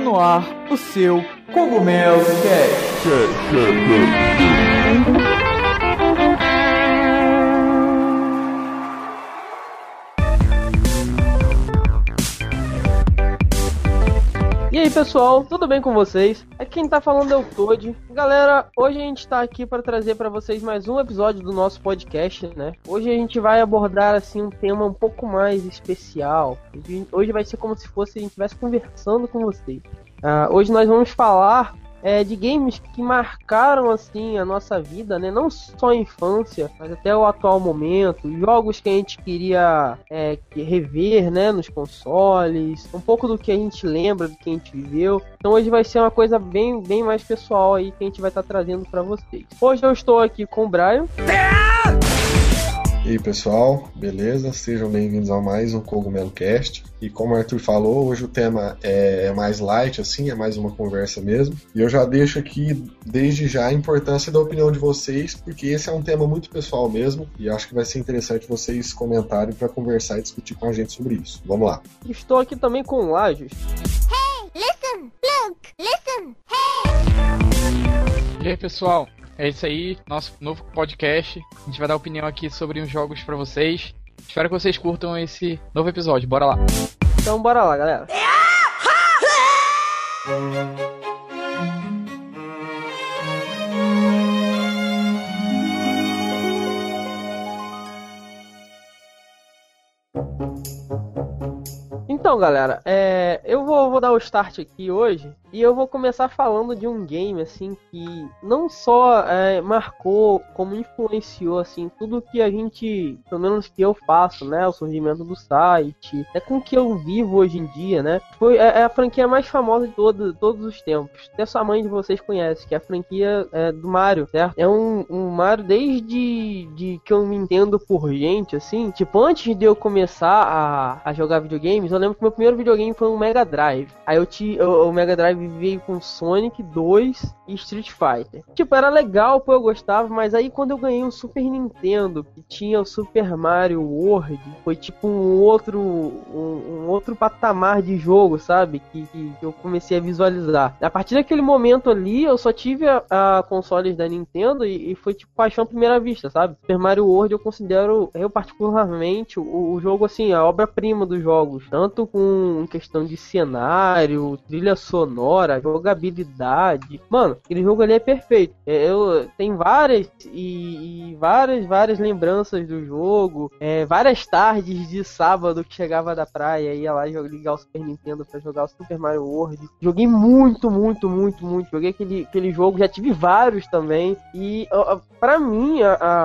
no ar o seu Cogumelo Cast. E aí pessoal, tudo bem com vocês? Aqui quem tá falando é o Toad. Galera, hoje a gente tá aqui para trazer para vocês mais um episódio do nosso podcast, né? Hoje a gente vai abordar assim um tema um pouco mais especial. Hoje vai ser como se fosse a gente estivesse conversando com vocês. Hoje nós vamos falar de games que marcaram assim a nossa vida, né? Não só a infância, mas até o atual momento. Jogos que a gente queria rever, né? Nos consoles. Um pouco do que a gente lembra, do que a gente viveu. Então hoje vai ser uma coisa bem mais pessoal aí que a gente vai estar trazendo para vocês. Hoje eu estou aqui com o Brian. E aí pessoal, beleza? Sejam bem-vindos a mais um Cogumelo Cast. E como o Arthur falou, hoje o tema é mais light, assim, é mais uma conversa mesmo. E eu já deixo aqui, desde já, a importância da opinião de vocês, porque esse é um tema muito pessoal mesmo, e acho que vai ser interessante vocês comentarem para conversar e discutir com a gente sobre isso. Vamos lá. Estou aqui também com o Lajos. Hey, listen, look, listen, hey! E aí pessoal, é isso aí, nosso novo podcast. A gente vai dar opinião aqui sobre uns jogos pra vocês. Espero que vocês curtam esse novo episódio, bora lá. Então bora lá, galera. Então, galera, eu vou dar o start aqui hoje e eu vou começar falando de um game, assim, que não só marcou, como influenciou, assim, tudo que a gente, pelo menos que eu faço, né, o surgimento do site, com o que eu vivo hoje em dia, né, foi a franquia mais famosa de todos os tempos. Até sua mãe de vocês conhece, que é a franquia do Mario, certo? É um Mario desde que eu me entendo por gente, assim, tipo, antes de eu começar a jogar videogames, eu lembro que meu primeiro videogame foi um Mega Drive. Aí o Mega Drive veio com Sonic 2 e Street Fighter. Tipo, era legal, pô, eu gostava, mas aí quando eu ganhei um Super Nintendo, que tinha o Super Mario World, foi tipo um outro patamar de jogo, sabe? Que eu comecei a visualizar. A partir daquele momento ali, eu só tive a consoles da Nintendo e foi tipo paixão à primeira vista, sabe? Super Mario World eu considero, eu particularmente, o jogo assim, a obra-prima dos jogos. Tanto com questão de cenário, trilha sonora, jogabilidade. Mano, aquele jogo ali é perfeito. Tem várias várias lembranças do jogo. Várias tardes de sábado que chegava da praia e ia lá ligar o Super Nintendo pra jogar o Super Mario World. Joguei muito. Joguei aquele jogo, já tive vários também. E pra mim,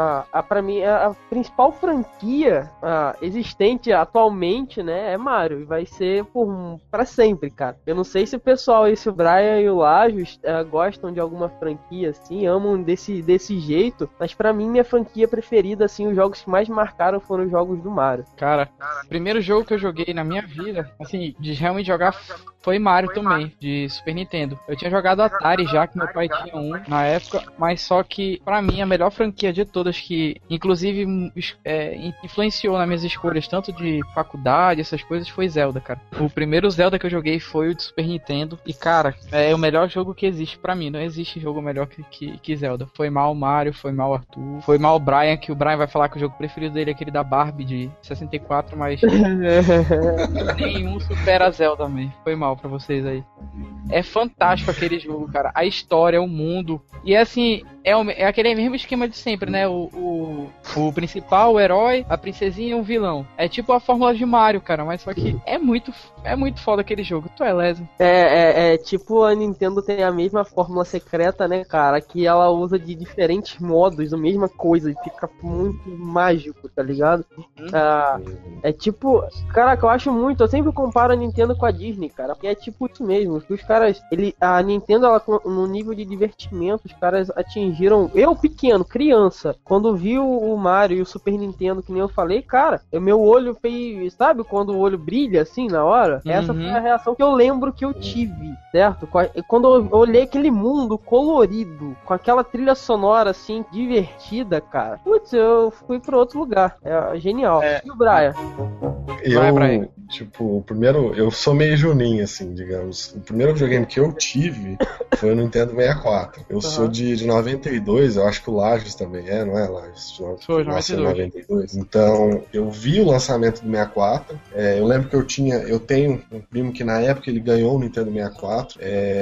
a principal franquia existente atualmente, né, é Mario. E vai ser pra sempre, cara. Eu não sei se o pessoal aí, se o Brian e o Lajos gostam de alguma franquia, assim, amam desse jeito, mas pra mim, minha franquia preferida, assim, os jogos que mais marcaram foram os jogos do Mario. Cara, o primeiro jogo que eu joguei na minha vida, assim, de realmente jogar, foi Mario também, de Super Nintendo. Eu tinha jogado Atari já, que meu pai tinha um na época, mas só que, pra mim, a melhor franquia de todas, que inclusive influenciou nas minhas escolhas, tanto de faculdade, essas coisas, foi Zelda, cara. O primeiro Zelda que eu joguei foi o de Super Nintendo, e cara, é o melhor jogo que existe pra mim, não existe jogo melhor que Zelda. Foi mal o Mario, foi mal o Arthur, foi mal o Brian, que o Brian vai falar que o jogo preferido dele é aquele da Barbie de 64, mas nenhum supera Zelda, man. Foi mal pra vocês aí. É fantástico aquele jogo, cara. A história, o mundo. E assim, é aquele mesmo esquema de sempre, né? O principal, o herói, a princesinha e um vilão. É tipo a fórmula de Mario, cara. Mas só que é muito foda aquele jogo. Tu é leso. Tipo a Nintendo tem a mesma fórmula secreta, né, cara? Que ela usa de diferentes modos, a mesma coisa. E fica muito mágico, tá ligado? É tipo... Caraca, eu acho muito... Eu sempre comparo a Nintendo com a Disney, cara. Porque é tipo isso mesmo. Os caras... A Nintendo, ela, no nível de divertimento, os caras atingiram... Eu, pequeno, criança, quando vi o Mario e o Super Nintendo, que nem eu falei, cara, o meu olho fez... Sabe quando o olho brilha, assim, na hora? Essa foi a reação que eu lembro que eu tive, certo? Quando eu olhei aquele mundo colorido, com aquela trilha sonora, assim, divertida, cara, putz, eu fui pra outro lugar. É genial. E o Brian? Tipo, o primeiro... Eu sou meio Juninho, assim, digamos. O primeiro videogame que eu tive foi o Nintendo 64. Eu sou de 92, eu acho que o Lages também não é, Lages? Foi, Nasceu em 92. 92. Então, eu vi o lançamento do 64. Eu lembro que eu tenho um primo que na época ele ganhou o Nintendo 64.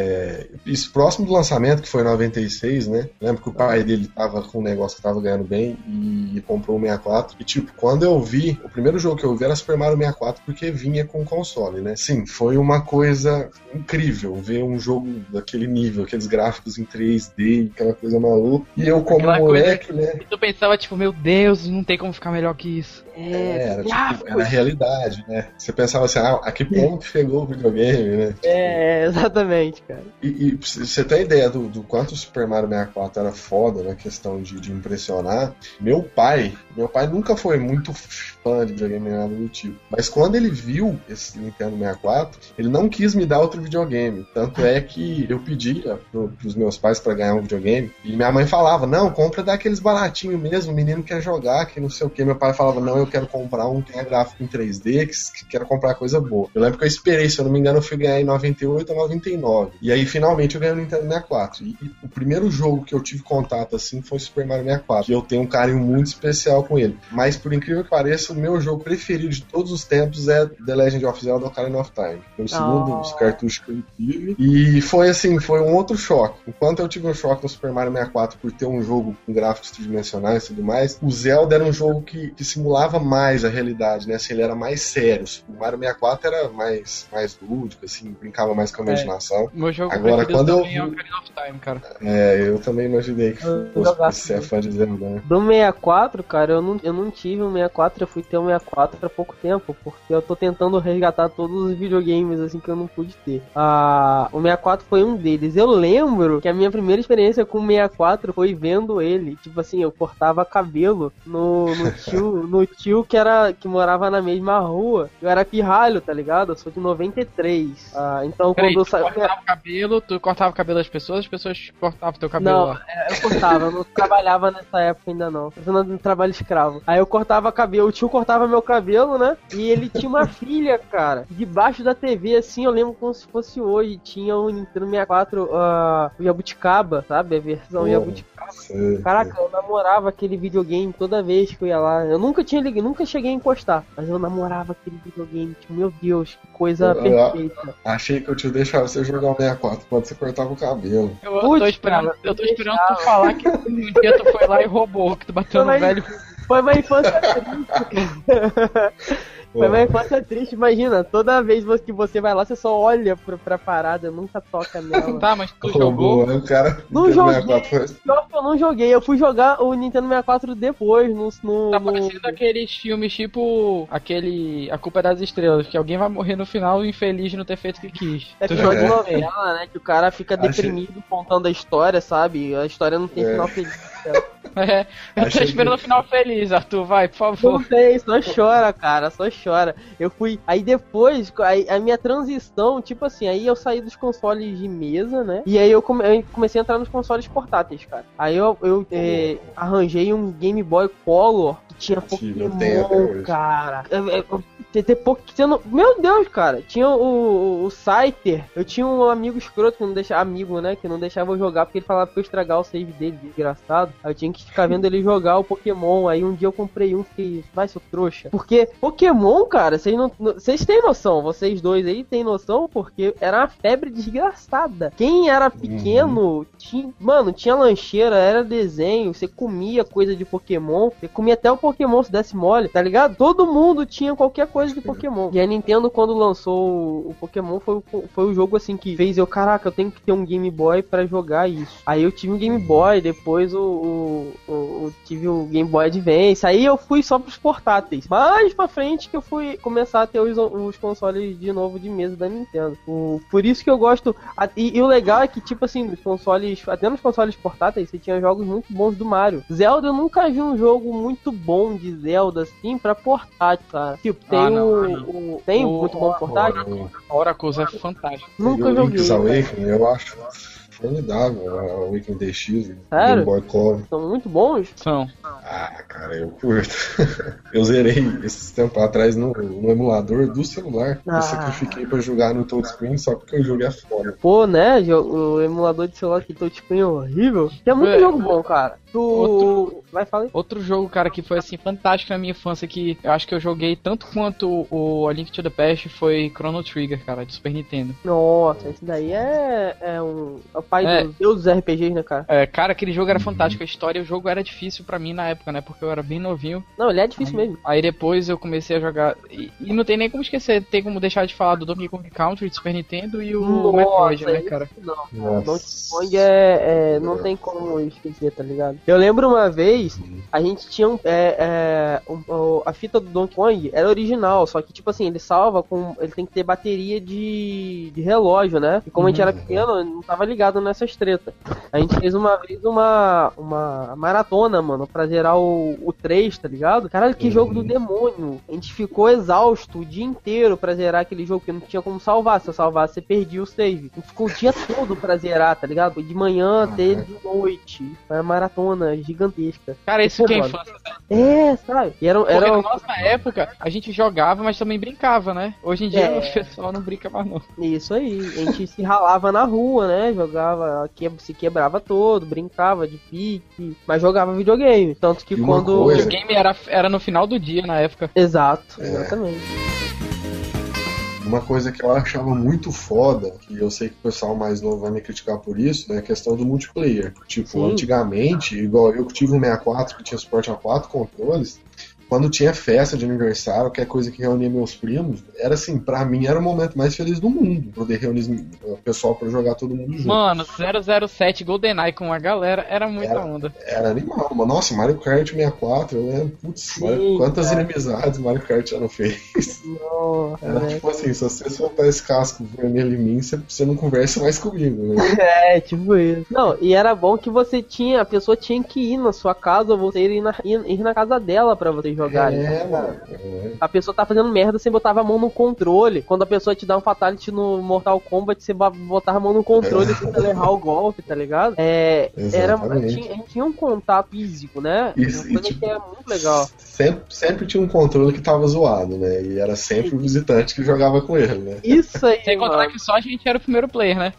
Isso próximo do lançamento, que foi em 96, né? Eu lembro que o pai dele tava com um negócio que tava ganhando bem e comprou o 64. E tipo, quando eu vi, o primeiro jogo que eu vi era Super Mario 64, porque vinha com console, né? Sim, foi uma coisa incrível ver um jogo daquele nível, aqueles gráficos em 3D, aquela coisa maluca. E eu, como Aquela moleque, coisa né? que tu pensava, tipo, meu Deus, não tem como ficar melhor que isso. Era a realidade, né? Você pensava assim, a que ponto chegou o videogame, né? Exatamente, cara. E você tem ideia do quanto o Super Mario 64 era foda na questão de impressionar? Meu pai nunca foi muito fã de videogame nem nada do tipo, mas quando ele viu esse Nintendo 64, ele não quis me dar outro videogame. Tanto é que eu pedia pros meus pais pra ganhar um videogame, e minha mãe falava, não, compra daqueles baratinhos mesmo, o menino quer jogar, que não sei o que. Meu pai falava, não, eu quero comprar um que é gráfico em 3D, que quero comprar coisa boa. Eu lembro que eu esperei, se eu não me engano, eu fui ganhar em 98 ou 99. E aí, finalmente, eu ganhei o Nintendo 64. E o primeiro jogo que eu tive contato, assim, foi o Super Mario 64. E eu tenho um carinho muito especial com ele. Mas, por incrível que pareça, o meu jogo preferido de todos os tempos é The Legend of Zelda Ocarina of Time. Foi o segundo dos cartuchos que eu tive. E foi, assim, foi um outro choque. Enquanto eu tive um choque no Super Mario 64 por ter um jogo com gráficos tridimensionais e tudo mais, o Zelda era um jogo que simulava mais a realidade, né? Assim, ele era mais sério. O Mario 64 era mais lúdico, assim, brincava mais com a imaginação. Meu jogo Agora, preferido quando eu também é Ocarina of Time, cara. eu também imaginei que você é fã de Zelda, né? Do 64, cara, eu não tive um 64, eu fui ter um 64 há pouco tempo, porque eu tô tentando resgatar todos os videogames, assim, que eu não pude ter. O 64 foi um deles. Eu lembro que a minha primeira experiência com o 64 foi vendo ele. Tipo assim, eu cortava cabelo no tio que morava na mesma rua. Eu era pirralho, tá ligado? Eu sou de 93. Então Peraí, quando eu saí. tu cortava o cabelo das pessoas, as pessoas cortavam teu cabelo Não, lá. eu cortava, eu não trabalhava nessa época ainda não. Fazendo um trabalho escravo. Aí eu cortava cabelo, o tio cortava meu cabelo, né? E ele tinha uma filha, cara. Debaixo da TV, assim, eu lembro como se fosse hoje. Tinha o Nintendo 64, o Jabuticaba, sabe? A versão Jabuticaba. Caraca, eu namorava aquele videogame toda vez que eu ia lá. Eu nunca cheguei a encostar, mas eu namorava aquele videogame. Tipo, meu Deus, que coisa perfeita. Achei que eu te deixava você jogar o 64 quando você cortava o cabelo. Eu tô esperando tu falar que um dia tu foi lá e roubou, que tu bateu no velho. Foi uma infância triste, cara. Foi uma infância triste, imagina, toda vez que você vai lá, você só olha pra parada, nunca toca nela. Tá, mas tu jogou? O cara não joguei, pior que eu não joguei, eu fui jogar o Nintendo 64 depois, Tá parecendo aqueles filmes tipo, A Culpa é das Estrelas, que alguém vai morrer no final infeliz de não ter feito o que quis. Tu joga de novela, né, que o cara fica deprimido contando a história, sabe, a história não tem final feliz. Eu tô esperando o final feliz, Arthur, vai, por favor. Não tem, só chora, cara, só chora. Eu fui, aí depois, a minha transição, tipo assim, aí eu saí dos consoles de mesa, né, e aí eu comecei a entrar nos consoles portáteis, cara. Aí eu arranjei um Game Boy Color que tinha Pokémon, cara. Meu Deus, cara, tinha o Scyther. Eu tinha um amigo escroto que não deixava, que não deixava eu jogar porque ele falava que eu ia estragar o save dele, desgraçado. Aí eu tinha que ficar vendo ele jogar o Pokémon. Aí um dia eu comprei um, fiquei, vai, seu trouxa. Porque Pokémon, cara, vocês têm noção, vocês dois aí têm noção, porque era uma febre desgraçada. Quem era pequeno, tinha lancheira, era desenho, você comia coisa de Pokémon, você comia até o Pokémon se desse mole, tá ligado? Todo mundo tinha qualquer coisa de Pokémon. E a Nintendo, quando lançou o Pokémon, foi o jogo assim que fez eu, caraca, eu tenho que ter um Game Boy pra jogar isso. Aí eu tive um Game Boy, depois tive o Game Boy Advance, aí eu fui só pros portáteis. Mais pra frente que eu fui começar a ter os consoles de novo de mesa da Nintendo. Por isso que eu gosto. E o legal é que, tipo assim, até nos consoles portáteis, você tinha jogos muito bons do Mario. Zelda, eu nunca vi um jogo muito bom de Zelda, assim, pra portátil, cara. Tipo, tem muito bom portátil. Oracles é fantástico. Nunca joguei. Link's Awakening, eu acho formidável. A Awakening DX, o Sério? Game Boy Color. São muito bons. São. Ah, cara, eu curto. Eu zerei esses tempos atrás no emulador do celular. Ah. Eu sacrifiquei pra jogar no touchscreen só porque o jogo é foda. Pô, né? O emulador de celular que touchscreen é horrível. É muito jogo bom, cara. Vai, fala aí. Outro jogo, cara, que foi assim fantástico na minha infância, que eu acho que eu joguei tanto quanto o A Link to the Past, foi Chrono Trigger, cara, de Super Nintendo. Nossa, esse daí é o pai dos deuses RPGs, né, cara? Cara, aquele jogo era fantástico, a história, o jogo era difícil pra mim na época, né, porque eu era bem novinho. Não, ele é difícil mesmo. Aí depois eu comecei a jogar, e não tem nem como esquecer, tem como deixar de falar do Donkey Kong Country de Super Nintendo e o Metroid, né, cara? Não, Donkey Kong não tem como esquecer, tá ligado? Eu lembro uma vez, a gente tinha a fita do Donkey Kong era original, só que tipo assim, ele salva ele tem que ter bateria de relógio, né? E como a gente era pequeno, não tava ligado nessas tretas. A gente fez uma vez uma maratona, mano, pra zerar o 3, tá ligado? Caralho, que jogo do demônio. A gente ficou exausto o dia inteiro pra zerar aquele jogo, porque não tinha como salvar. Se eu salvasse, você perdia o save. A gente ficou o dia todo pra zerar, tá ligado? Foi de manhã até de noite. Foi uma maratona gigantesca. Cara, isso que é infância, né? Sabe? E Porque na nossa época, a gente jogava, mas também brincava, né? Hoje em dia o pessoal não brinca mais não. Isso aí. A gente se ralava na rua, né? Jogava, se quebrava todo, brincava de pique, mas jogava videogame. Tanto que quando... O videogame era no final do dia, na época. Exato, exatamente. Uma coisa que eu achava muito foda, que eu sei que o pessoal mais novo vai me criticar por isso, é a questão do multiplayer. Tipo, Sim. Antigamente, igual eu que tive um 64 que tinha suporte a 4 controles, quando tinha festa de aniversário, qualquer coisa que reunia meus primos, era assim, pra mim era o momento mais feliz do mundo, poder reunir o pessoal pra jogar todo mundo junto. Mano, 007 GoldenEye com a galera era muita onda. Era animal, mano. Nossa, Mario Kart 64, eu lembro, putz, quantas inimizades Mario Kart já não fez. Nossa, era tipo assim, se você soltar esse casco vermelho em mim, você não conversa mais comigo, né? Tipo isso. Não, e era bom que a pessoa tinha que ir na sua casa ou você ir na casa dela pra você jogar. Mano. A pessoa tá fazendo merda, você botava a mão no controle. Quando a pessoa te dá um fatality no Mortal Kombat, você botava a mão no controle e tenta errar o golpe, tá ligado? A gente tinha um contato físico, né? Isso, uma coisa que é muito legal. Sempre tinha um controle que tava zoado, né? E era sempre o visitante que jogava com ele, né? Isso aí, sem contar que só a gente era o primeiro player, né?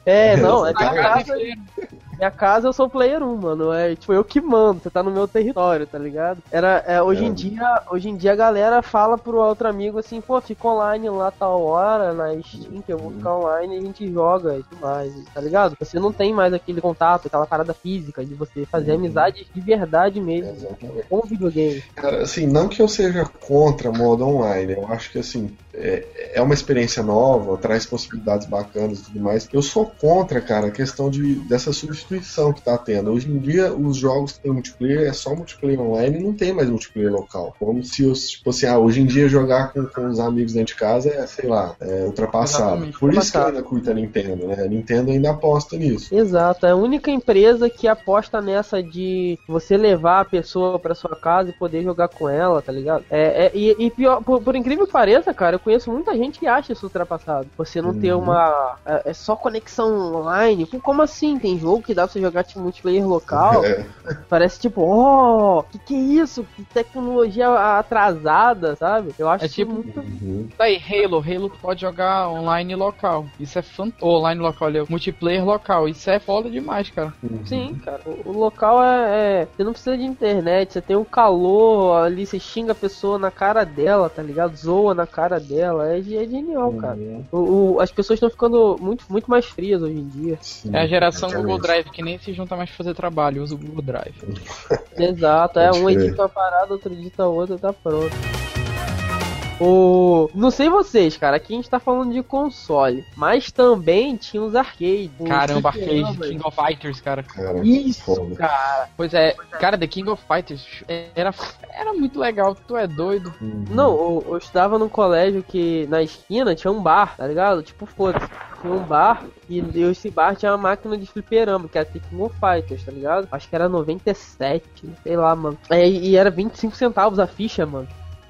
Minha casa eu sou player 1, mano. É tipo eu que mando, você tá no meu território, tá ligado? Hoje em dia a galera fala pro outro amigo assim, pô, fica online lá tal hora na Steam, que eu vou ficar online e a gente joga e tudo mais, tá ligado? Você não tem mais aquele contato, aquela parada física de você fazer amizade de verdade mesmo com o videogame. Cara, assim, não que eu seja contra modo online, eu acho que assim, é uma experiência nova, traz possibilidades bacanas e tudo mais. Eu sou contra, cara, a questão dessa substituição que tá tendo. Hoje em dia, os jogos que tem multiplayer é só multiplayer online e não tem mais multiplayer local. Como se, tipo assim, hoje em dia jogar com os amigos dentro de casa ultrapassado. Exatamente. Por isso que eu ainda curto a Nintendo, né? A Nintendo ainda aposta nisso. Exato, é a única empresa que aposta nessa de você levar a pessoa pra sua casa e poder jogar com ela, tá ligado? E pior, por incrível que pareça, cara, eu conheço muita gente que acha isso ultrapassado. Você não ter uma... É só conexão online. Como assim? Tem jogo que dá pra você jogar tipo multiplayer local? Parece tipo, que é isso? Que tecnologia atrasada, sabe? Eu acho tipo muito... Tá aí, Halo tu pode jogar online local. Isso é fantástico. Online local, multiplayer local. Isso é foda demais, cara. Sim, cara. O local você não precisa de internet, você tem um calor ali, você xinga a pessoa na cara dela, tá ligado? Zoa na cara dela. É genial, cara. As pessoas estão ficando muito mais frias hoje em dia. Sim, é a geração Google Drive, que nem se junta mais pra fazer trabalho, usa o Google Drive. Exato, um edita uma parada, outro edita outra, tá pronto. Não sei vocês, cara, aqui a gente tá falando de console, mas também tinha os arcades. Caramba, arcade, King of Fighters, cara. Isso, foda. cara. Pois é, cara, The King of Fighters era muito legal, tu é doido. Não, eu estudava num colégio que na esquina tinha um bar, tá ligado? Tipo, foda-se. Tinha um bar e esse bar tinha uma máquina de fliperama, que era The King of Fighters, tá ligado? Acho que era 97, sei lá, mano. E era 25 centavos a ficha, mano.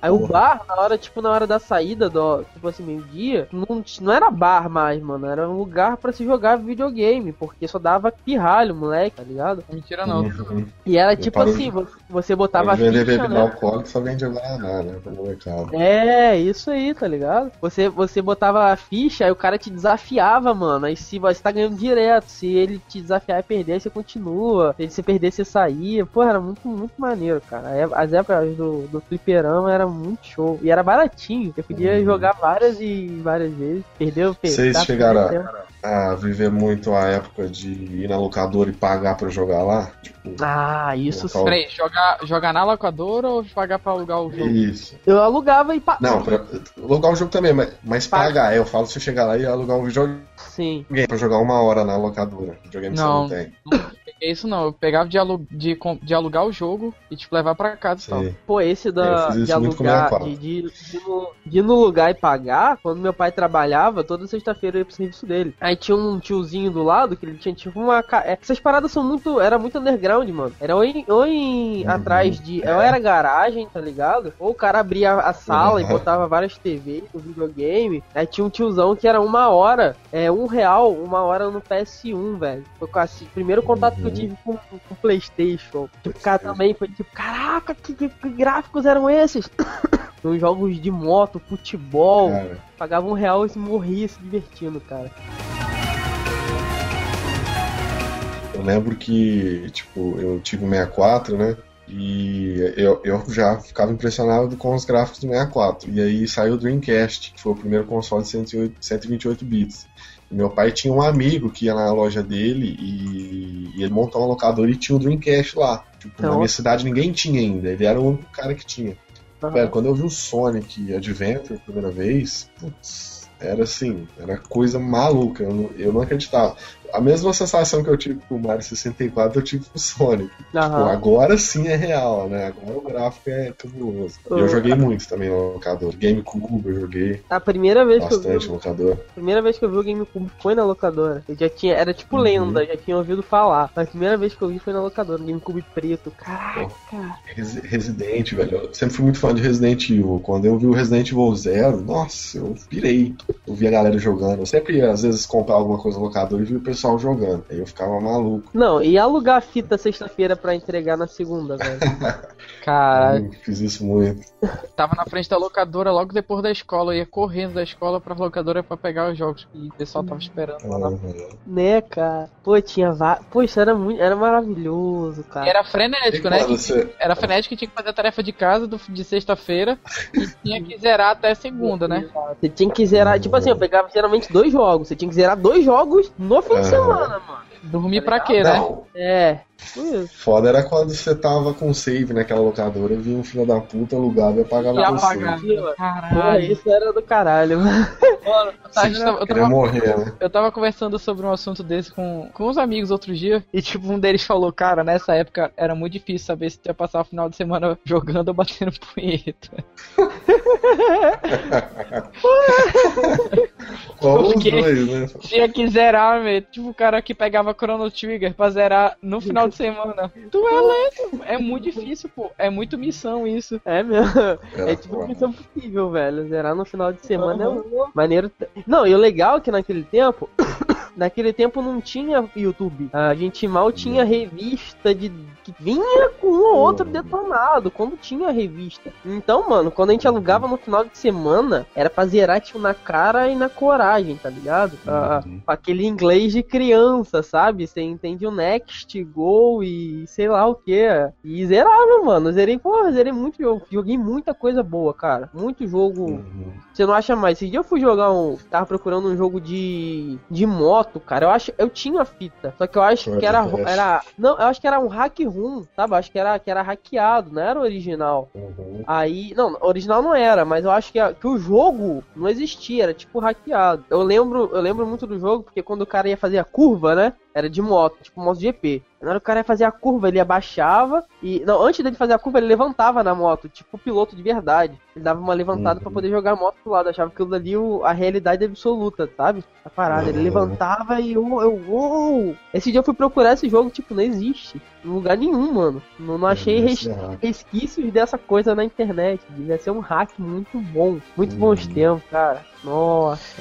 Aí o bar, na hora da saída, tipo assim, meio-dia, não era bar mais, mano. Era um lugar pra se jogar videogame, porque só dava pirralho, moleque, tá ligado? Mentira não. E era tipo assim, você botava a vender ficha, bebida né? alcoólica só vende Guaraná, né? Pro mercado. É, isso aí, tá ligado? Você botava a ficha, aí o cara te desafiava, mano. Aí se você tá ganhando direto, se ele te desafiar e perder, aí você continua. Se você perder, você saía. Pô, era muito, muito maneiro, cara. As épocas do fliperama era muito show. E era baratinho. Eu podia jogar várias e várias vezes. Perdeu. Vocês chegaram a viver muito a época de ir na locadora e pagar pra jogar lá? Tipo, isso sim. Peraí, jogar na locadora ou pagar pra alugar o jogo? Isso. Eu alugava e pagava. Não, pra alugar o jogo também, mas pagar. Eu falo se eu chegar lá e alugar um videogame Sim. pra jogar 1 hora na locadora. Videogame Não. você não tem. Isso não, eu pegava de alugar o jogo e tipo levar pra casa e tal. Pô, esse Eu fiz isso de muito com alugar, 64. de ir no lugar e pagar, quando meu pai trabalhava, toda sexta-feira eu ia pro serviço dele. Aí tinha um tiozinho do lado que ele tinha tipo uma. Essas paradas era muito underground, mano. Era atrás de. Ou era garagem, tá ligado? Ou o cara abria a sala e botava várias TVs no videogame. Aí tinha um tiozão que era 1 hora, R$1, 1 hora no PS1, velho. Foi quase o primeiro contato que eu tive com PlayStation. Tipo, o cara também foi tipo, caraca, que gráficos eram esses? Uns jogos de moto, futebol. Cara. Pagava R$1 e morria se divertindo, cara. Eu lembro que, tipo, eu tive um 64, né? E eu já ficava impressionado com os gráficos do 64. E aí saiu o Dreamcast, que foi o primeiro console de 128 bits. E meu pai tinha um amigo que ia na loja dele e ele montou uma locadora e tinha o Dreamcast lá. Tipo, na minha cidade ninguém tinha ainda, ele era o único cara que tinha. Velho, quando eu vi o Sonic Adventure a primeira vez, putz, era assim, era coisa maluca, eu não acreditava. A mesma sensação que eu tive com o Mario 64 eu tive com o Sonic. Tipo, agora sim é real, né? Agora o gráfico é cabuloso. E eu joguei muito também no locador. GameCube eu joguei a primeira vez bastante no locador. A primeira vez que eu vi o GameCube foi na locadora. Eu já tinha, era tipo lenda, já tinha ouvido falar. Mas a primeira vez que eu vi foi na locadora, no GameCube preto. Caraca! Resident, velho. Eu sempre fui muito fã de Resident Evil. Quando eu vi o Resident Evil 0, nossa, eu pirei. Eu vi a galera jogando. Eu sempre ia, às vezes, comprar alguma coisa no locador e vi o pessoal jogando. Aí eu ficava maluco. Não, e alugar a fita sexta-feira pra entregar na segunda, velho. Caralho. Fiz isso muito. Tava na frente da locadora logo depois da escola. Eu ia correndo da escola pra locadora pra pegar os jogos. E o pessoal tava esperando lá. Né, cara? Pô, Pô, isso era maravilhoso, cara. E era frenético, né? Você... Era frenético que tinha que fazer a tarefa de casa de sexta-feira e tinha que zerar até segunda, né? Você tinha que zerar, tipo assim, eu pegava geralmente 2 jogos. Você tinha que zerar 2 jogos no fim de semana, mano. Dormir pra quê, né? Foda era quando você tava com save naquela locadora, vinha um filho da puta, alugava e apagava o save. Caralho. Isso era do caralho, mano. Eu tava conversando sobre um assunto desse com uns amigos outro dia, e tipo, um deles falou, cara, nessa época era muito difícil saber se ia passar o final de semana jogando ou batendo punheta. Porque os dois, né? Tinha que zerar, velho. Tipo, o cara que pegava Chrono Trigger pra zerar no final de semana. Tu é lento. É muito difícil, pô. É muito missão isso. É mesmo. É tipo missão possível, velho. Zerar no final de semana é maneiro. Não, e o legal é que naquele tempo não tinha YouTube. A gente mal tinha revista que vinha com um ou outro detonado, quando tinha revista. Então, mano, quando a gente alugava no final de semana, era pra zerar, tipo, na cara e na coragem, tá ligado? Aquele inglês de criança, sabe? Você entende o next, go e sei lá o que. E zerava, mano. Zerei muito jogo. Joguei muita coisa boa, cara. Muito jogo. Você não acha mais? Esse dia eu fui jogar tava procurando um jogo de moto, cara. Eu tinha a fita. Só que eu acho que não, eu acho que era um hack room, sabe? Eu acho que era hackeado, não era original. Aí, não, original não era, mas eu acho que o jogo não existia, era tipo hackeado. Eu lembro muito do jogo, porque quando o cara ia fazer a curva, né? era de moto, tipo MotoGP. Na hora que o cara ia fazer a curva, ele abaixava e... Não, antes dele fazer a curva, ele levantava na moto, tipo piloto de verdade. Ele dava uma levantada pra poder jogar a moto pro lado, achava que aquilo ali a realidade absoluta, sabe? A parada, ele levantava e uou! Esse dia eu fui procurar esse jogo, tipo, não existe. Em lugar nenhum, mano. Não achei resquícios dessa coisa na internet. Devia ser um hack muito bom. Muito bons tempos, cara. Nossa.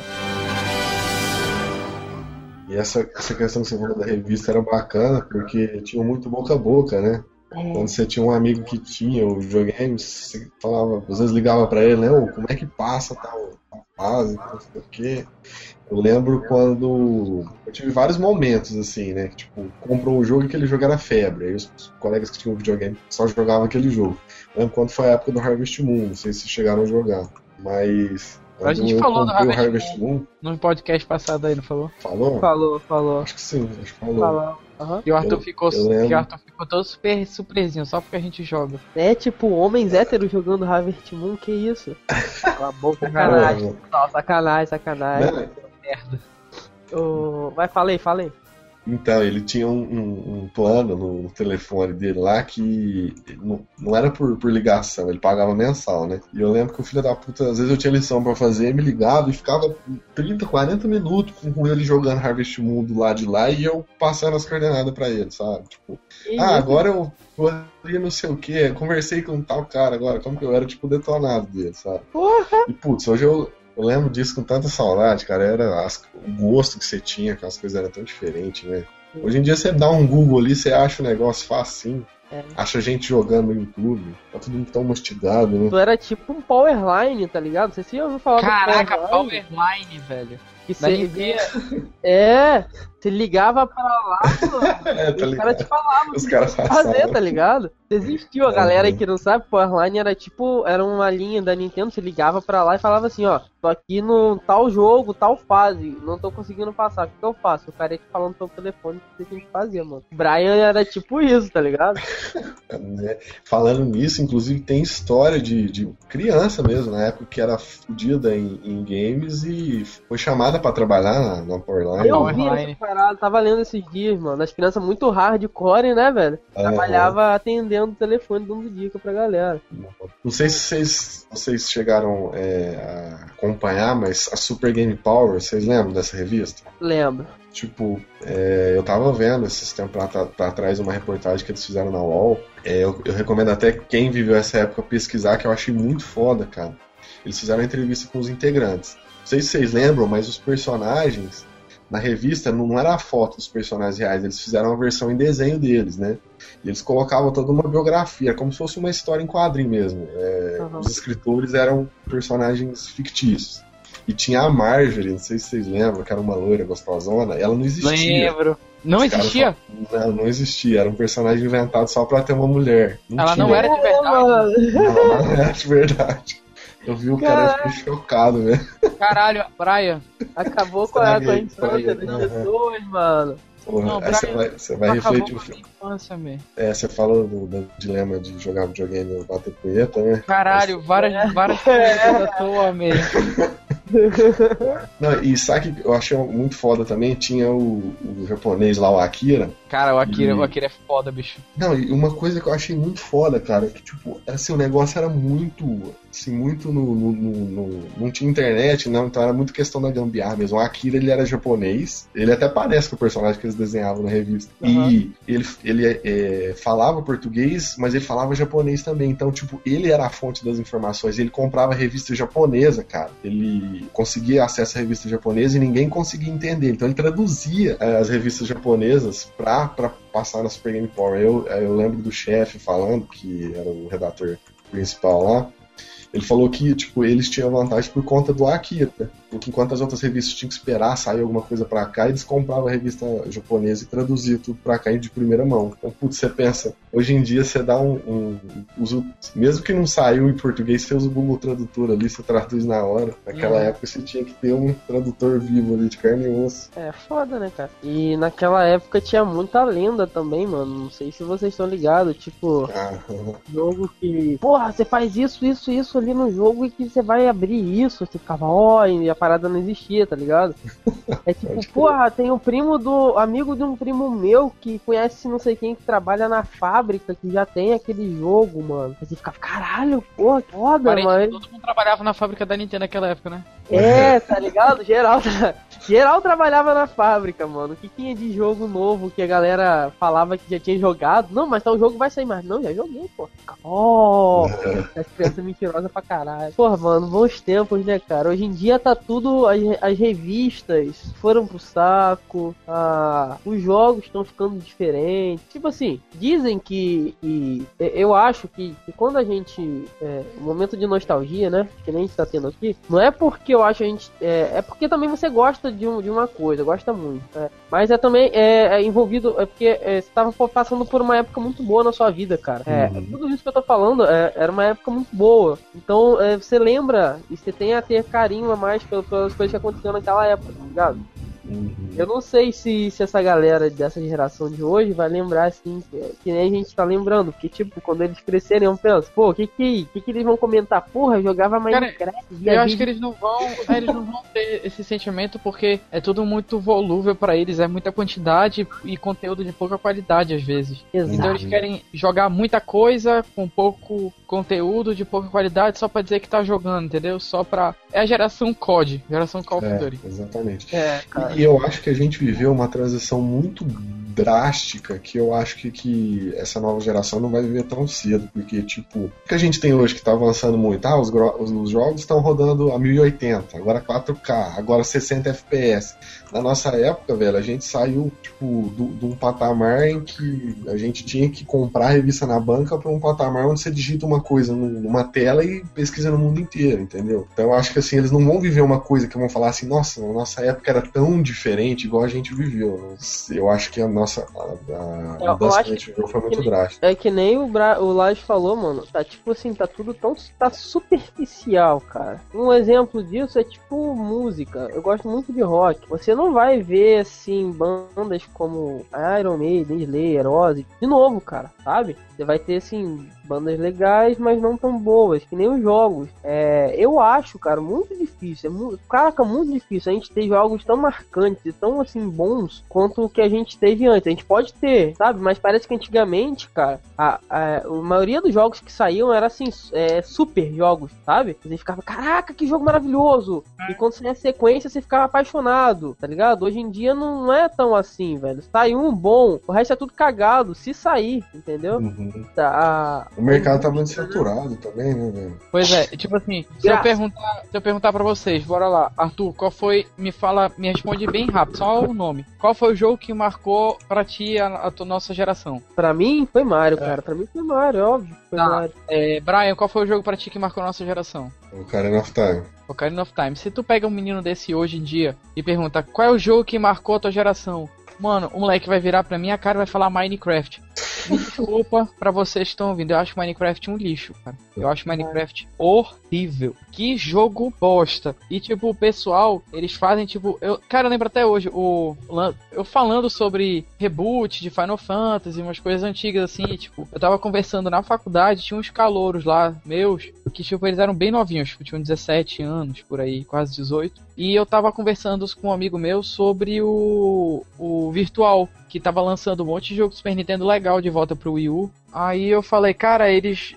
E essa questão que você falou da revista era bacana, porque tinha muito boca a boca, né? Quando você tinha um amigo que tinha o videogame, você falava, às vezes ligava pra ele, né? Como é que passa tal fase, não sei o quê. Eu lembro quando eu tive vários momentos assim, né? Tipo, comprou um jogo e aquele jogo era febre. Aí os colegas que tinham videogame só jogavam aquele jogo. Eu lembro quando foi a época do Harvest Moon, não sei se chegaram a jogar, mas... A gente falou do Harvest Moon no podcast passado aí, não falou? Falou. Acho que sim, acho que falou. Uhum. E o Arthur ficou todo super surpresinho, só porque a gente joga. É tipo homens héteros jogando Harvest Moon, que isso? Cala a boca, sacanagem. Não, sacanagem. Merda. Vai, falei. Então, ele tinha um plano no telefone dele lá que não era por ligação, ele pagava mensal, né? E eu lembro que o filho da puta, às vezes eu tinha lição pra fazer, me ligava e ficava 30, 40 minutos com ele jogando Harvest Moon do lado de lá e eu passando as coordenadas pra ele, sabe? Tipo, agora eu ali não sei o que, conversei com tal cara agora, como que eu era tipo detonado dele, sabe? Porra! E putz, hoje eu lembro disso com tanta saudade, cara. Era o gosto que você tinha, aquelas coisas eram tão diferentes, né? Hoje em dia você dá um Google ali, você acha o negócio facinho. Acha gente jogando no YouTube. Tá tudo muito tão mastigado, né? Tu era tipo um Powerline, tá ligado? Não sei se você já ouviu falar Caraca, do Powerline, velho. Que você via... você ligava pra lá, mano, os caras te falavam os caras fazer, tá ligado? Existiu, a galera aí que não sabe, Powerline era uma linha da Nintendo, você ligava pra lá e falava assim, ó, tô aqui no tal jogo, tal fase, não tô conseguindo passar, o que eu faço? O cara ia te falando pelo telefone o que você tinha que fazer, mano. O Brian era tipo isso, tá ligado? Falando nisso, inclusive tem história de criança mesmo, na época que era fodida em games e foi chamada pra trabalhar na Powerline. Eu vi essa parada, tava lendo esses dias, mano, as crianças muito hardcore, né, velho? Trabalhava atendendo o telefone, dando dica pra galera. Não sei se vocês chegaram a acompanhar, mas a Super Game Power, vocês lembram dessa revista? Lembro. Tipo, eu tava vendo esses tempos pra trás uma reportagem que eles fizeram na UOL. Eu recomendo até quem viveu essa época pesquisar, que eu achei muito foda, cara. Eles fizeram uma entrevista com os integrantes. Não sei se vocês lembram, mas os personagens na revista não era a foto dos personagens reais, eles fizeram uma versão em desenho deles, né? E eles colocavam toda uma biografia, como se fosse uma história em quadrinho mesmo. Os escritores eram personagens fictícios. E tinha a Marjorie, não sei se vocês lembram, que era uma loira gostosona, ela não existia. Lembro. Não existia? Não existia, era um personagem inventado só pra ter uma mulher. Ela não era de verdade? Não era de verdade. Eu vi o cara e fiquei chocado, velho. Caralho, Brian. Acabou com a infância das pessoas, mano. Porra, não, você vai refletir o filme. Infância, você falou do dilema de jogar videogame e bater punheta, né? Caralho, várias coisas à toa, mesmo. Não, e sabe que eu achei muito foda também? Tinha o japonês lá, o Akira. Cara, o Akira é foda, bicho. Não, e uma coisa que eu achei muito foda, cara, que tipo, assim, o negócio era muito, assim, muito não tinha internet, não, então era muito questão da gambiarra mesmo. O Akira, ele era japonês, ele até parece com o personagem que eles desenhavam na revista. E ele falava português, mas ele falava japonês também, então, tipo, ele era a fonte das informações, ele comprava revista japonesa, cara. Ele conseguia acesso à revista japonesa e ninguém conseguia entender, então ele traduzia as revistas japonesas pra passar na Super Game Power. Eu lembro do chefe falando, que era o redator principal lá, ele falou que, tipo, eles tinham vantagem por conta do Akira, porque enquanto as outras revistas tinham que esperar sair alguma coisa pra cá, eles compravam a revista japonesa e traduziam tudo pra cá de primeira mão. Então, putz, você pensa, hoje em dia você dá mesmo que não saiu em português, você usa o Google Tradutor ali, você traduz na hora. Naquela época você tinha que ter um tradutor vivo ali, de carne e osso. É foda, né, cara? E naquela época tinha muita lenda também, mano. Não sei se vocês estão ligados, tipo, jogo que, porra, você faz isso ali no jogo e que você vai abrir isso, você ficava, e parada não existia, tá ligado? É tipo, porra, tem um amigo de um primo meu que conhece não sei quem que trabalha na fábrica que já tem aquele jogo, mano. Aí você fica, caralho, porra, que foda, mano. Todo mundo trabalhava na fábrica da Nintendo naquela época, né? Tá ligado? Geral trabalhava na fábrica, mano. O que tinha de jogo novo que a galera falava que já tinha jogado? Não, mas tá, o jogo vai sair mais. Não, já joguei, pô. As crianças mentirosas pra caralho. Porra, mano, bons tempos, né, cara? Hoje em dia tá tudo. As revistas foram pro saco. Os jogos estão ficando diferentes. Tipo assim, dizem que. Eu acho que quando a gente. Um momento de nostalgia, né? Que nem a gente tá tendo aqui. Não é porque eu acho a gente. É porque também você gosta de uma coisa, gosta muito. Mas também envolvido. É porque você tava passando por uma época muito boa na sua vida, cara. Tudo isso que eu tô falando era uma época muito boa. Então você lembra e você tem a ter carinho a mais pelas coisas que aconteceram naquela época, tá ligado? Eu não sei se essa galera dessa geração de hoje vai lembrar assim, que nem a gente tá lembrando, porque tipo, quando eles crescerem, eu penso, pô, o que eles vão comentar? Porra, eu jogava Minecraft. Cara, eu acho que eles não vão ter esse sentimento porque é tudo muito volúvel pra eles, é muita quantidade e conteúdo de pouca qualidade às vezes. Exato. Então eles querem jogar muita coisa com pouco conteúdo de pouca qualidade só pra dizer que tá jogando, entendeu? Só pra... É a geração COD, geração Call of Duty. Exatamente. Cara. E eu acho que a gente viveu uma transição muito drástica que eu acho que essa nova geração não vai viver tão cedo, porque tipo, o que a gente tem hoje que tá avançando muito, os jogos estão rodando a 1080, agora 4K, agora 60 FPS. Na nossa época, velho, a gente saiu tipo de um patamar em que a gente tinha que comprar a revista na banca para um patamar onde você digita uma coisa numa tela e pesquisa no mundo inteiro, entendeu? Então eu acho que assim, eles não vão viver uma coisa que vão falar assim, nossa, na nossa época era tão diferente igual a gente viveu. Eu acho que a mudança que a gente viveu foi muito drástica. É que nem o Lars falou, mano, tá tipo assim, tá tudo tá superficial, cara. Um exemplo disso é tipo música. Eu gosto muito de rock. Você não vai ver assim bandas como Iron Maiden, Slayer, Ozzy de novo, cara, sabe? Você vai ter assim bandas legais, mas não tão boas, que nem os jogos. Eu acho, cara, muito difícil. Caraca, muito difícil a gente ter jogos tão marcantes e tão assim bons quanto o que a gente teve antes. A gente pode ter, sabe? Mas parece que antigamente, cara, a maioria dos jogos que saíam era assim, super jogos, sabe? Você ficava, caraca, que jogo maravilhoso! E quando saía a sequência, você ficava apaixonado, tá ligado? Hoje em dia não é tão assim, velho. Sai um bom, o resto é tudo cagado, se sair, entendeu? O mercado tá muito saturado também, né, velho? Pois é, tipo assim, se eu perguntar pra vocês, bora lá, Arthur, qual foi, me responde bem rápido, só o nome. Qual foi o jogo que marcou pra ti a nossa geração? Pra mim, foi Mario, cara. Pra mim foi Mario, óbvio. Foi Mario. Brian, qual foi o jogo pra ti que marcou a nossa geração? O Ocarina of Time. Ocarina of Time. Se tu pega um menino desse hoje em dia e pergunta qual é o jogo que marcou a tua geração, mano, o moleque vai virar pra minha cara e vai falar Minecraft. Me desculpa pra vocês que estão ouvindo, eu acho Minecraft um lixo, cara. Eu acho Minecraft horrível. Que jogo bosta. E tipo, o pessoal, eles fazem tipo... Eu lembro até hoje, eu falando sobre reboot de Final Fantasy, umas coisas antigas assim, tipo... Eu tava conversando na faculdade, tinha uns calouros lá, meus, que tipo, eles eram bem novinhos, tipo, tinham 17 anos, por aí, quase 18. E eu tava conversando com um amigo meu sobre o Virtual, que tava lançando um monte de jogo do Super Nintendo legal de volta pro Wii U. Aí eu falei, cara, eles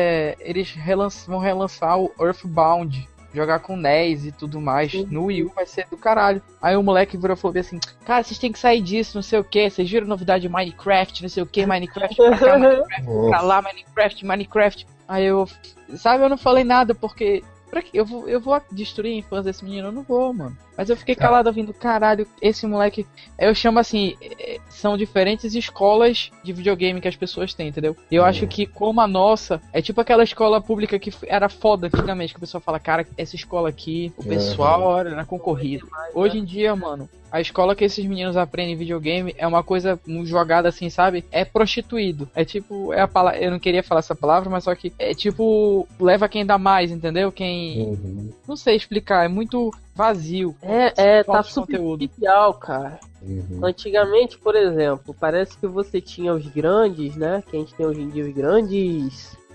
vão relançar o Earthbound, jogar com NES e tudo mais, no Wii U vai ser do caralho. Aí o moleque virou e falou assim, cara, vocês têm que sair disso, não sei o que, vocês viram novidade de Minecraft, não sei o que, Minecraft pra cá, Minecraft pra lá, Minecraft. Aí eu não falei nada, porque... Pra que? Eu vou destruir a infância desse menino? Eu não vou, mano. Mas eu fiquei calado ouvindo, caralho, esse moleque... Eu chamo assim, são diferentes escolas de videogame que as pessoas têm, entendeu? E eu acho que como a nossa, é tipo aquela escola pública que era foda antigamente, que o pessoal fala, cara, essa escola aqui, o pessoal era concorrido. Hoje em dia, mano, a escola que esses meninos aprendem videogame é uma coisa jogada assim, sabe? É prostituído. É tipo, a palavra, eu não queria falar essa palavra, mas só que é tipo, leva quem dá mais, entendeu? Quem... Não sei explicar, é muito vazio. Tá superficial, cara. Antigamente, por exemplo, parece que você tinha os grandes, né? Que a gente tem hoje em dia, os grandes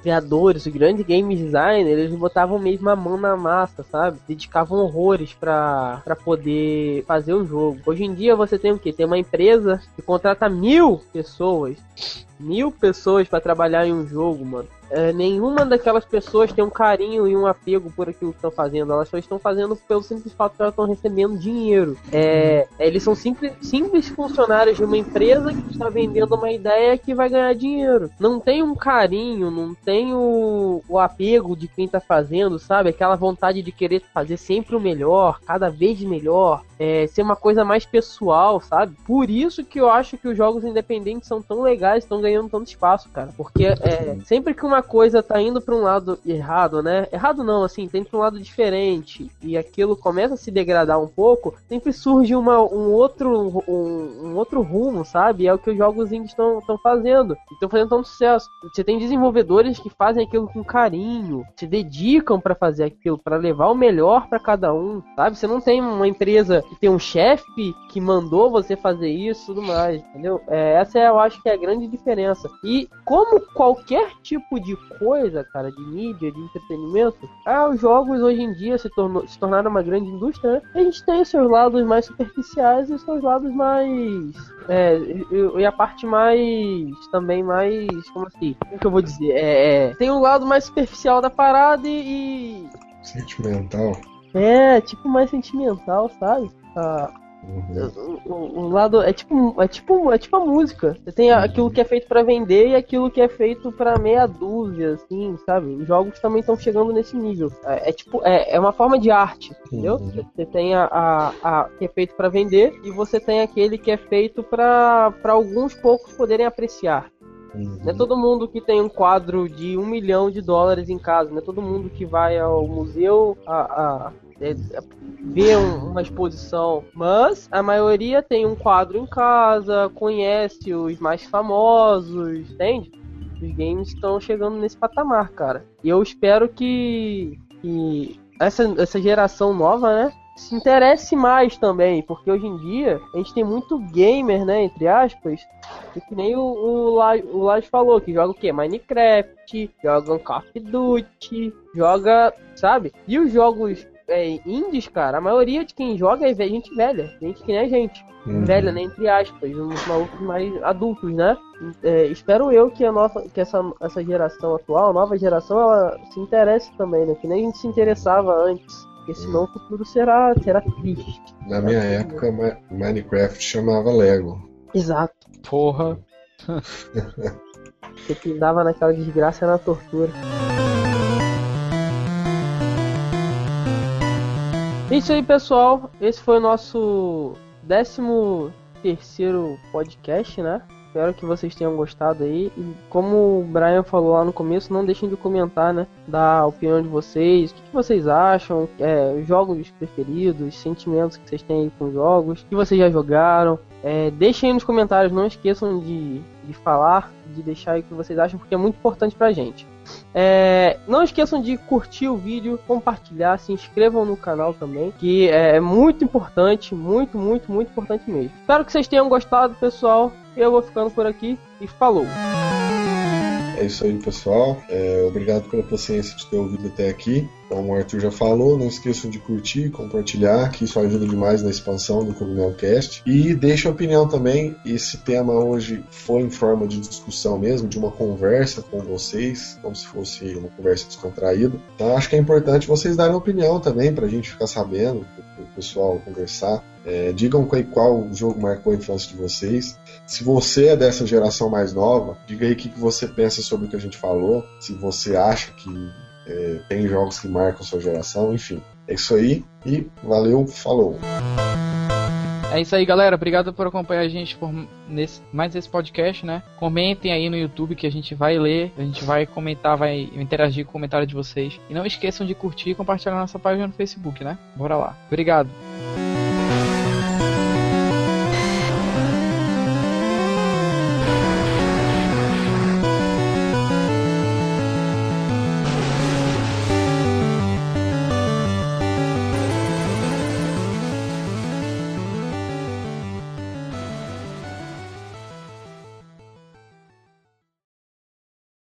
criadores, os grandes game designers, eles botavam mesmo a mão na massa, sabe? Dedicavam horrores pra poder fazer o jogo. Hoje em dia você tem o quê? Tem uma empresa que contrata 1000 pessoas. 1000 pessoas pra trabalhar em um jogo, mano. Nenhuma daquelas pessoas tem um carinho e um apego por aquilo que estão fazendo. Elas só estão fazendo pelo simples fato que elas estão recebendo dinheiro. Eles são simples funcionários de uma empresa que está vendendo uma ideia que vai ganhar dinheiro. Não tem um carinho, não tem o apego de quem está fazendo, sabe? Aquela vontade de querer fazer sempre o melhor, cada vez melhor. Ser uma coisa mais pessoal, sabe? Por isso que eu acho que os jogos independentes são tão legais, estão ganhando tanto espaço, cara. Porque sempre que uma coisa tá indo pra um lado errado, né? Errado não, assim, tem pra um lado diferente e aquilo começa a se degradar um pouco, sempre surge um outro rumo, sabe? É o que os jogos indies estão fazendo. Estão fazendo tanto sucesso. Você tem desenvolvedores que fazem aquilo com carinho, se dedicam pra fazer aquilo, pra levar o melhor pra cada um, sabe? Você não tem uma empresa que tem um chefe que mandou você fazer isso e tudo mais, entendeu? Essa eu acho que é a grande diferença. E como qualquer tipo de coisa, cara, de mídia, de entretenimento, os jogos hoje em dia se tornaram uma grande indústria, né? E a gente tem os seus lados mais superficiais e os seus lados mais... e a parte mais... também mais... como assim? Como que eu vou dizer? Tem um lado mais superficial da parada e... sentimental. Tipo mais sentimental, sabe? O lado é tipo a música. Você tem aquilo que é feito pra vender e aquilo que é feito pra meia dúzia, assim, sabe? Os jogos também estão chegando nesse nível. É uma forma de arte, entendeu? Você tem a que é feito pra vender e você tem aquele que é feito pra alguns poucos poderem apreciar. Não é todo mundo que tem um quadro de $1 milhão em casa, não é todo mundo que vai ao museu ver uma exposição, mas a maioria tem um quadro em casa, conhece os mais famosos, entende? Os games estão chegando nesse patamar, cara. E eu espero que essa geração nova, né, se interesse mais também, porque hoje em dia a gente tem muito gamer, né, entre aspas, que nem o Lage falou, que joga o quê? Minecraft, joga um Call of Duty, joga, sabe? E os jogos indies, cara, a maioria de quem joga é gente velha, gente que nem a gente. Velha, né, entre aspas, uns malucos mais adultos, né? Espero eu que essa geração atual, a nova geração, ela se interesse também, né? Que nem a gente se interessava antes. Porque senão o futuro será triste. Na minha época, Minecraft chamava Lego. Exato. Porra. Você pisava naquela desgraça na tortura. É isso aí, pessoal. Esse foi o nosso 13º podcast, né? Espero que vocês tenham gostado aí. E como o Brian falou lá no começo, não deixem de comentar, né? Dar a opinião de vocês. O que vocês acham? Jogos preferidos, sentimentos que vocês têm aí com jogos, que vocês já jogaram. Deixem aí nos comentários, não esqueçam de falar, de deixar aí o que vocês acham, porque é muito importante pra gente. Não esqueçam de curtir o vídeo, compartilhar, se inscrevam no canal também, que é muito importante, muito, muito, muito importante mesmo. Espero que vocês tenham gostado, pessoal. Eu vou ficando por aqui e falou! É isso aí, pessoal. Obrigado pela paciência de ter ouvido até aqui. Como o Arthur já falou, não esqueçam de curtir, compartilhar, que isso ajuda demais na expansão do CogumeloCast. E deixe a opinião também. Esse tema hoje foi em forma de discussão mesmo, de uma conversa com vocês, como se fosse uma conversa descontraída. Então acho que é importante vocês darem opinião também, pra gente ficar sabendo, pro pessoal conversar. Digam qual jogo marcou a infância de vocês. Se você é dessa geração mais nova, diga aí o que você pensa sobre o que a gente falou. Se você acha que tem jogos que marcam sua geração, enfim. É isso aí e valeu, falou! É isso aí, galera. Obrigado por acompanhar a gente mais esse podcast, né? Comentem aí no YouTube que a gente vai ler, a gente vai comentar, vai interagir com o comentário de vocês. E não esqueçam de curtir e compartilhar nossa página no Facebook, né? Bora lá. Obrigado.